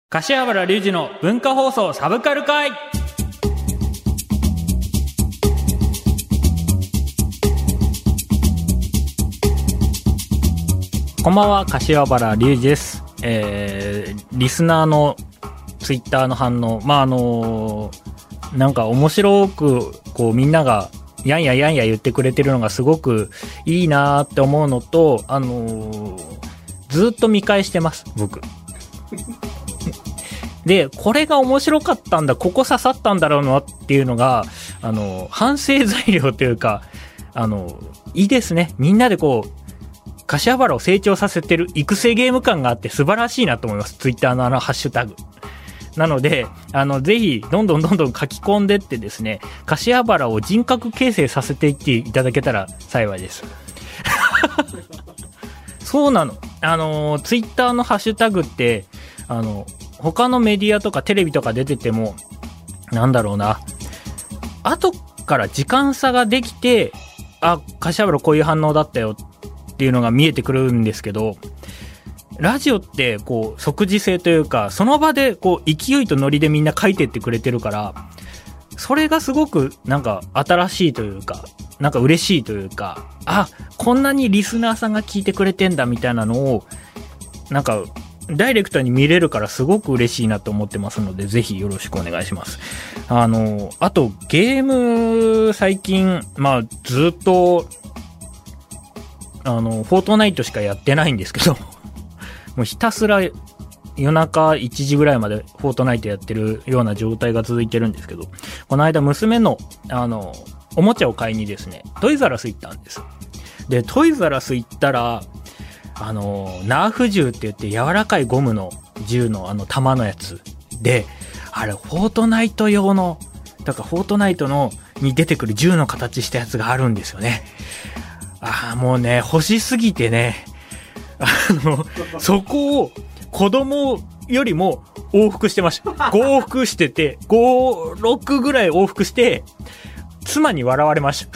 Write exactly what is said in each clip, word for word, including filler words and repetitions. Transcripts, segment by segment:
柏原隆二の文化放送サブカル会。こんばんは、柏原隆二です。えー、リスナーのツイッターの反応、まああのー、なんか面白くこうみんながやんややんや言ってくれてるのがすごくいいなーって思うのと、あのー、ずっと見返してます僕。で、これが面白かったんだ、ここ刺さったんだろうなっていうのが、あの、反省材料というか、あの、いいですね。みんなでこう、柏原を成長させてる育成ゲーム感があって素晴らしいなと思います。ツイッターのあのハッシュタグ。なので、あの、ぜひ、どんどんどんどん書き込んでってですね、柏原を人格形成させていっていただけたら幸いです。そうなの。あの、ツイッターのハッシュタグって、あの、他のメディアとかテレビとか出てても、なんだろうな、後から時間差ができて、あ、柏原こういう反応だったよっていうのが見えてくるんですけど、ラジオってこう即時性というか、その場でこう勢いとノリでみんな書いてってくれてるから、それがすごくなんか新しいというか、なんか嬉しいというか、あ、こんなにリスナーさんが聞いてくれてんだみたいなのをなんかダイレクトに見れるからすごく嬉しいなと思ってますので、ぜひよろしくお願いします。あの、あとゲーム最近、まあずっと、あの、フォートナイトしかやってないんですけど、もうひたすら夜中いちじぐらいまでフォートナイトやってるような状態が続いてるんですけど、この間娘の、あの、おもちゃを買いにですね、トイザらス行ったんです。で、トイザらス行ったら、あのナーフ銃って言って柔らかいゴムの銃のあの弾のやつで、あれフォートナイト用の、だからフォートナイトのに出てくる銃の形したやつがあるんですよね。ああ、もうね、欲しすぎてね、あのそこを子供よりも往復してました。ご往復してて、ご、ろくぐらい往復して妻に笑われました。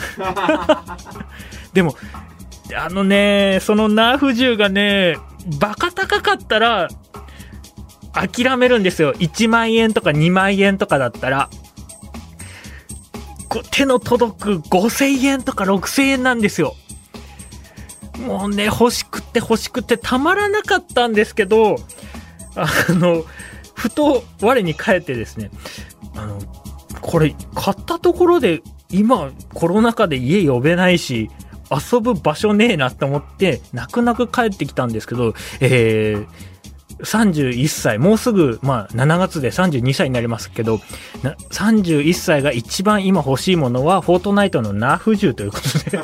でもあのね、そのナーフ銃がね、バカ高かったら諦めるんですよ。いちまんえんとかにまんえんとかだったら、こう手の届くごせんえんとかろくせんえんなんですよ。もうね、欲しくて欲しくてたまらなかったんですけど、あのふと我に返ってですね、あのこれ買ったところで今コロナ禍で家呼べないし遊ぶ場所ねえなって思って泣く泣く帰ってきたんですけど、えー、さんじゅういっさい、もうすぐ、まあ、しちがつでさんじゅうにさいになりますけど、さんじゅういっさいが一番今欲しいものはフォートナイトのナーフ銃ということで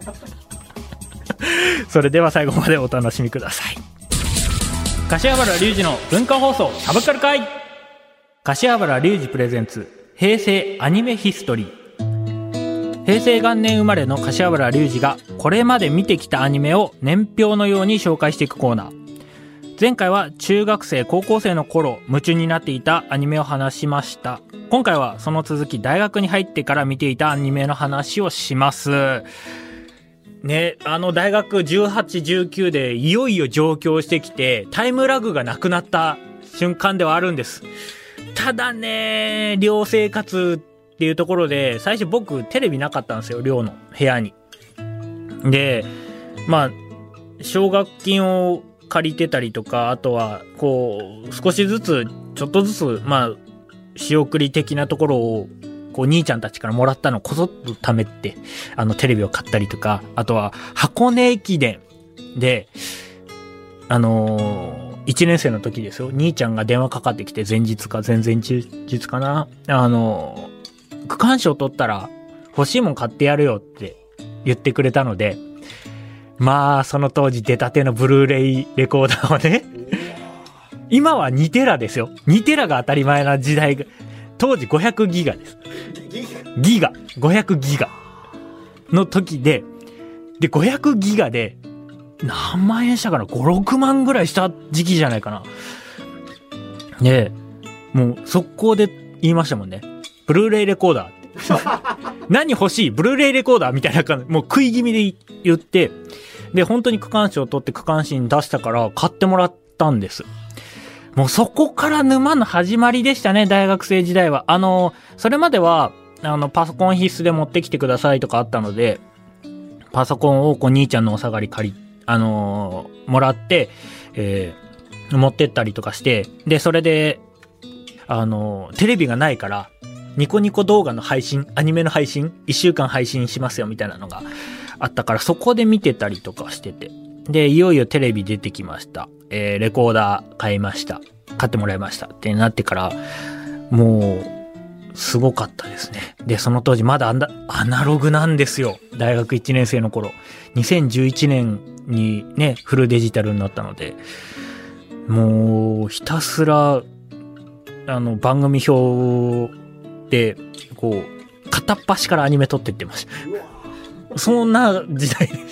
それでは最後までお楽しみください。柏原隆二の文化放送サブカル会。柏原隆二プレゼンツ平成アニメヒストリー。平成元年生まれの柏原隆二がこれまで見てきたアニメを年表のように紹介していくコーナー。前回は中学生高校生の頃夢中になっていたアニメを話しました。今回はその続き、大学に入ってから見ていたアニメの話をしますね。あの大学じゅうはち、じゅうきゅうでいよいよ上京してきてタイムラグがなくなった瞬間ではあるんです。ただね、寮生活っていうところで、最初僕テレビなかったんですよ、寮の部屋に。で、まあ奨学金を借りてたりとか、あとはこう少しずつちょっとずつ、まあ仕送り的なところをこう兄ちゃんたちからもらったのをこそっと貯めて、あのテレビを買ったりとか、あとは箱根駅伝であのーいちねん生の時ですよ、兄ちゃんが電話かかってきて、前日か前々日かな、あのー区間賞取ったら欲しいもん買ってやるよって言ってくれたので、まあその当時出たてのブルーレイレコーダーをね、今はにテラですよ、にテラが当たり前な時代が、当時ごひゃくギガです。ギガごひゃくギガの時で、でごひゃくギガで何万円したかな、ご、ろくまんぐらいした時期じゃないかな。でもう速攻で言いましたもんね、ブルーレイレコーダーって何欲しい、ブルーレイレコーダーみたいな感じ、もう食い気味で言って、で本当に区間賞を取って区間新出したから買ってもらったんです。 もうそこから沼の始まりでしたね、大学生時代は。あの、それまでは、あの、パソコン必須で持ってきてくださいとかあったので、パソコンをこう兄ちゃんのお下がり借り、あのー、もらって、えー、持ってったりとかして、で、それで、あのー、テレビがないから、ニコニコ動画の配信、アニメの配信、いっしゅうかん配信しますよみたいなのがあったから、そこで見てたりとかしてて。で、いよいよテレビ出てきました。えー、レコーダー買いました。買ってもらいましたってなってから、もう、すごかったですね。で、その当時まだアナ、アナログなんですよ。大学いちねん生の頃。にせんじゅういちねんにね、フルデジタルになったので、もう、ひたすら、あの、番組表で、こう、片っ端からアニメ撮ってってました。そんな時代です。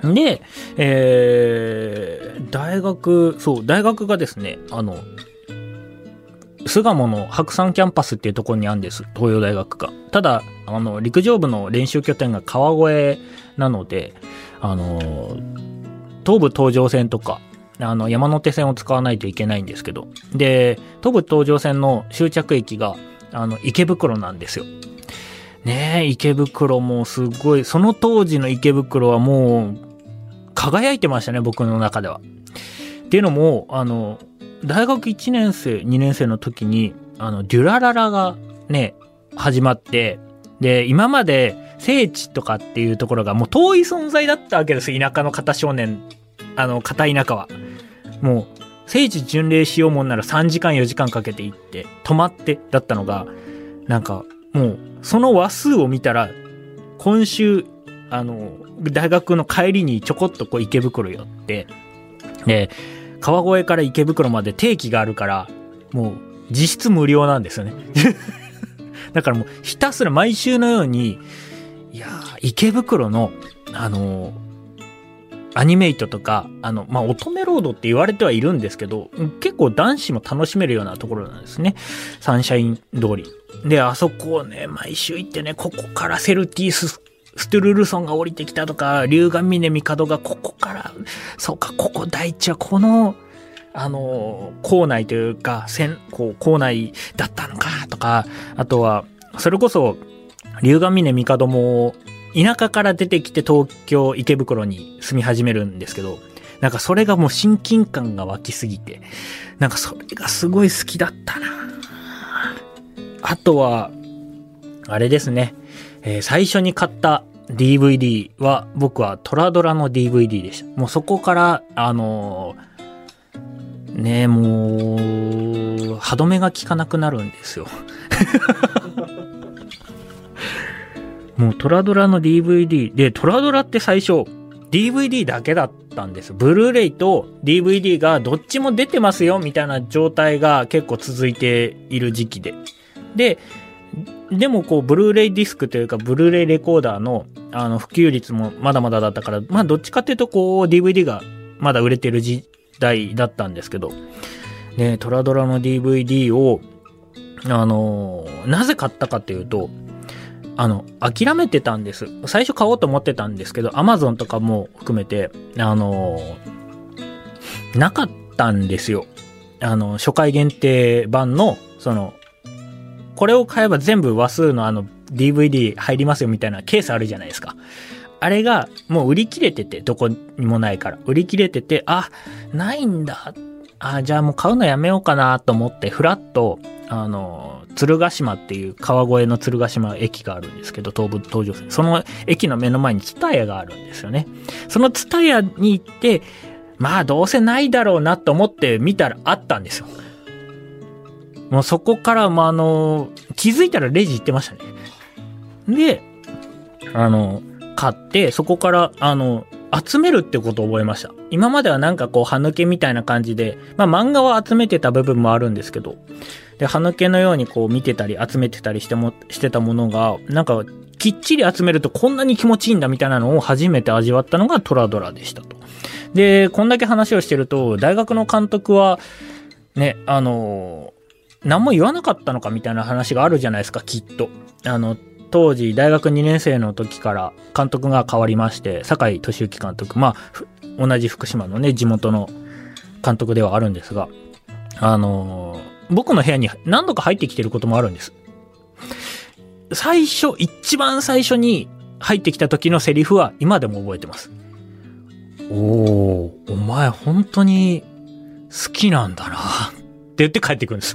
で、えー、大学、そう、大学がですね、あの、巣鴨の白山キャンパスっていうところにあるんです。東洋大学が。ただ、あの、陸上部の練習拠点が川越なので、あの、東武東上線とか、あの、山手線を使わないといけないんですけど、で、東武東上線の終着駅が、あの、池袋なんですよ。ねえ、池袋もすごい、その当時の池袋はもう、輝いてましたね、僕の中では。っていうのも、あの、大学いちねん生、にねん生の時に、あの、デュラララがね、始まって、で、今まで聖地とかっていうところがもう遠い存在だったわけですよ、田舎の片少年、あの、片田舎は。もう、聖地巡礼しようもんならさんじかんよじかんかけて行って、泊まってだったのが、なんか、もう、その話数を見たら、今週、あの、大学の帰りにちょこっとこう池袋寄って、で、川越から池袋まで定期があるから、もう実質無料なんですよね。だからもうひたすら毎週のように、いやー、池袋の、あのー、アニメイトとか、あの、まあ、乙女ロードって言われてはいるんですけど、結構男子も楽しめるようなところなんですね。サンシャイン通り。で、あそこをね、毎週行ってね、ここからセルティス、ストゥルルソンが降りてきたとか、龍ヶ峰帝がここから、そうか、ここ大地はこの、あの、校内というか、線、こう、校内だったのか、とか、あとは、それこそ、龍ヶ峰帝も、田舎から出てきて東京、池袋に住み始めるんですけど、なんかそれがもう親近感が湧きすぎて、なんかそれがすごい好きだったな。あとは、あれですね。えー、最初に買った ディーブイディー は僕はトラドラの ディーブイディー でした。もうそこから、あのー、ねえ、もう、歯止めが効かなくなるんですよ。もうトラドラの ディーブイディー で、トラドラって最初 ディーブイディー だけだったんです。ブルーレイと ディーブイディー がどっちも出てますよみたいな状態が結構続いている時期で。で、でもこう、ブルーレイディスクというか、ブルーレイレコーダーの、あの、普及率もまだまだだったから、まあ、どっちかっていうと、こう、ディーブイディー がまだ売れてる時代だったんですけど、ね、トラドラの ディーブイディー を、あのー、なぜ買ったかっていうと、あの、諦めてたんです。最初買おうと思ってたんですけど、Amazon とかも含めて、あのー、なかったんですよ。あの、初回限定版の、その、これを買えば全部話数のあの ディーブイディー 入りますよみたいなケースあるじゃないですか。あれがもう売り切れてて、どこにもないから。売り切れてて、あ、ないんだ。あ、じゃあもう買うのやめようかなと思って、ふらっと、あの、鶴ヶ島っていう川越の鶴ヶ島駅があるんですけど、東武東上線。その駅の目の前にツタヤがあるんですよね。そのツタヤに行って、まあどうせないだろうなと思って見たらあったんですよ。もうそこから、まあ、あの、気づいたらレジ行ってましたね。で、あの、買って、そこから、あの、集めるってことを覚えました。今まではなんかこう、歯抜けみたいな感じで、まあ漫画は集めてた部分もあるんですけど、で、歯抜けのようにこう見てたり集めてたりしても、してたものが、なんか、きっちり集めるとこんなに気持ちいいんだみたいなのを初めて味わったのがトラドラでしたと。で、こんだけ話をしてると、大学の監督は、ね、あの、何も言わなかったのかみたいな話があるじゃないですか、きっと。あの、当時、大学にねん生の時から監督が変わりまして、酒井俊之監督、まあ、同じ福島のね、地元の監督ではあるんですが、あのー、僕の部屋に何度か入ってきてることもあるんです。最初、一番最初に入ってきた時のセリフは今でも覚えてます。おー、お前本当に好きなんだなって言って帰ってくるんです。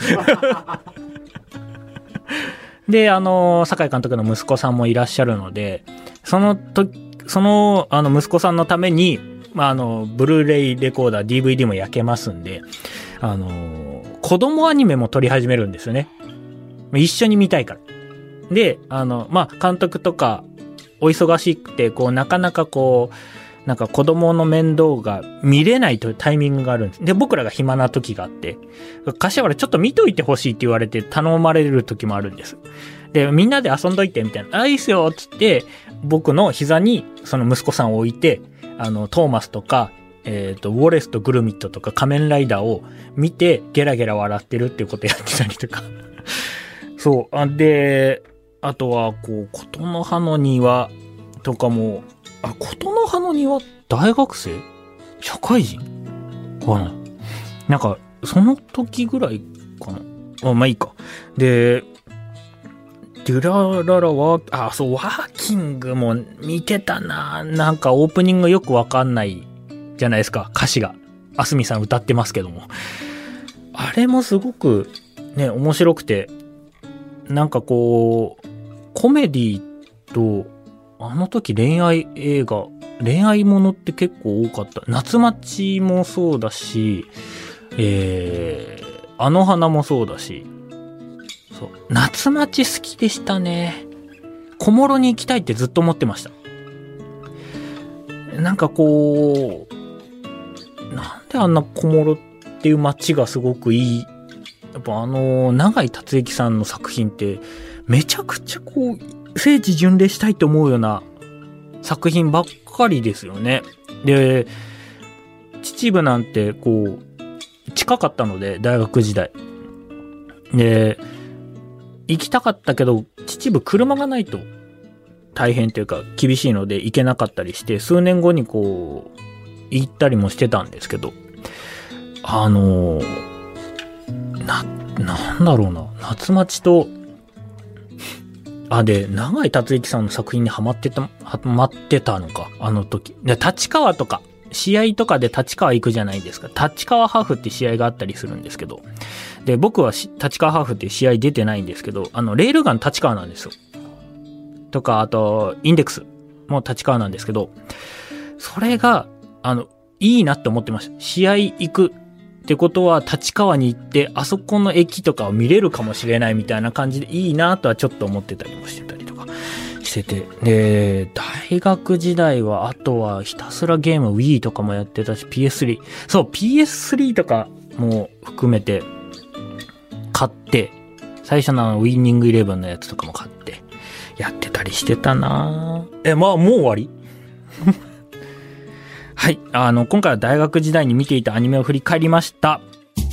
で、あの、酒井監督の息子さんもいらっしゃるので、そのと、その、あの、息子さんのために、まあ、あの、ブルーレイレコーダー、ディーブイディー も焼けますんで、あの、子供アニメも撮り始めるんですよね。一緒に見たいから。で、あの、まあ、監督とか、お忙しくて、こう、なかなかこう、なんか子供の面倒が見れないというタイミングがあるんです。で、僕らが暇な時があって、柏原ちょっと見といてほしいって言われて頼まれる時もあるんです。で、みんなで遊んどいてみたいな、あ、いいっすよっつって、僕の膝にその息子さんを置いて、あの、トーマスとか、えっと、ウォレスとグルミットとか仮面ライダーを見てゲラゲラ笑ってるっていうことやってたりとか。そう。あで、あとは、こう、琴の葉の庭とかも、あ、琴の葉の庭大学生社会人かななんか、その時ぐらいかなあ、まあいいか。で、デュラララワー、あ、そう、ワーキングも見てたな。なんかオープニングよくわかんないじゃないですか、歌詞が。あすみさん歌ってますけども。あれもすごくね、面白くて、なんかこう、コメディと、あの時恋愛映画、恋愛ものって結構多かった。夏待ちもそうだし、えー、あの花もそうだし、そう。夏待ち好きでしたね。小諸に行きたいってずっと思ってました。なんかこう、なんであんな小諸っていう街がすごくいい。やっぱあの、永井達之さんの作品って、めちゃくちゃこう、聖地巡礼したいと思うような作品ばっかりですよね。で、秩父なんてこう、近かったので、大学時代。で、行きたかったけど、秩父車がないと大変というか厳しいので行けなかったりして、数年後にこう、行ったりもしてたんですけど、あの、な、なんだろうな、夏待ちと、あ、で、永井達之さんの作品にハマってた、ハマってたのか、あの時。で、立川とか、試合とかで立川行くじゃないですか。立川ハーフって試合があったりするんですけど。で、僕は立川ハーフっていう試合出てないんですけど、あの、レールガン立川なんですよ。とか、あと、インデックスも立川なんですけど、それが、あの、いいなって思ってました。試合行くってことは立川に行ってあそこの駅とかを見れるかもしれないみたいな感じでいいなとはちょっと思ってたりもしてたりとかしてて、で大学時代はあとはひたすらゲーム Wii とかもやってたし ピーエススリー そう ピーエススリー とかも含めて買って最初のあのウィニングイレブンのやつとかも買ってやってたりしてたな。えまあもう終わりはい。あの、今回は大学時代に見ていたアニメを振り返りました。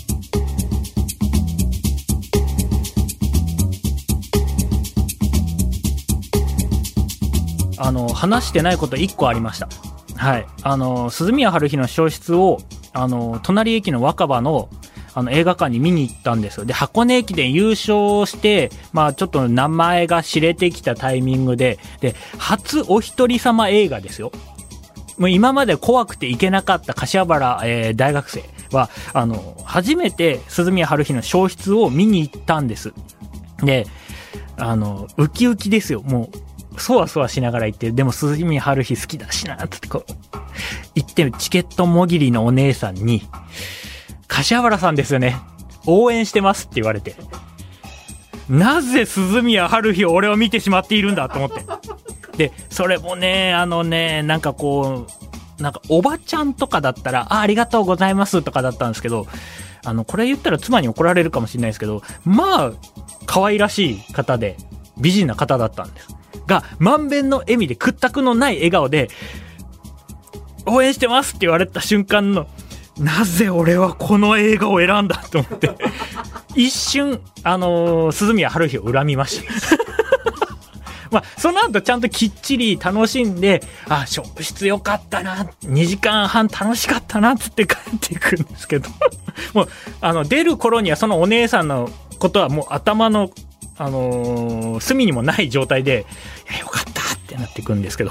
あの、話してないこといっこありました。はい。あの、鈴宮春日の消失を、あの、隣駅の若葉の、あの、映画館に見に行ったんですよ。で、箱根駅伝優勝して、まあ、ちょっと名前が知れてきたタイミングで、で、初お一人様映画ですよ。もう今まで怖くて行けなかった柏原、えー、大学生は、あの、初めて鈴宮春日の消失を見に行ったんです。で、あの、ウキウキですよ。もう、そわそわしながら行って、でも鈴宮春日好きだしな、つってこう、行ってチケットもぎりのお姉さんに、柏原さんですよね。応援してますって言われて。なぜ鈴宮春日を俺は見てしまっているんだと思って。で、それもね、あのね、なんかこう、なんかおばちゃんとかだったら、あ、ありがとうございますとかだったんですけど、あの、これ言ったら妻に怒られるかもしれないですけど、まあ、可愛らしい方で、美人な方だったんです。が、満遍の笑みで屈託のない笑顔で、応援してますって言われた瞬間の、なぜ俺はこの映画を選んだと思って、一瞬、あのー、鈴宮春日を恨みました。 まあ、その後ちゃんときっちり楽しんで、あ、消失よかったな、にじかんはん楽しかったな、つって帰っていくんですけど、もう、あの、出る頃にはそのお姉さんのことはもう頭の、あのー、隅にもない状態で、いや、よかったってなっていくんですけど。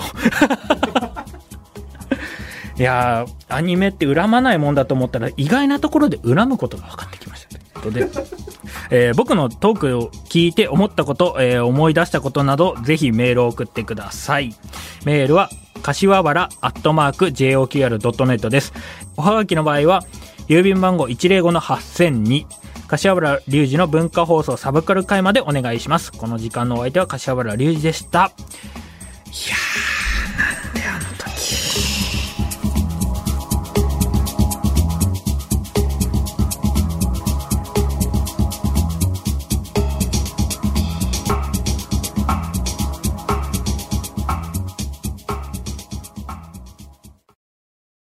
いやー、アニメって恨まないもんだと思ったら、意外なところで恨むことが分かってきました。ということで、えー、僕のトークを聞いて思ったこと、えー、思い出したことなど、ぜひメールを送ってください。メールは、柏原アットマーク ジェイオーキューアールドットネット です。おはがきの場合は、郵便番号いちまるごのはっせんに、柏原隆二の文化放送サブカル会までお願いします。この時間のお相手は柏原隆二でした。いやー。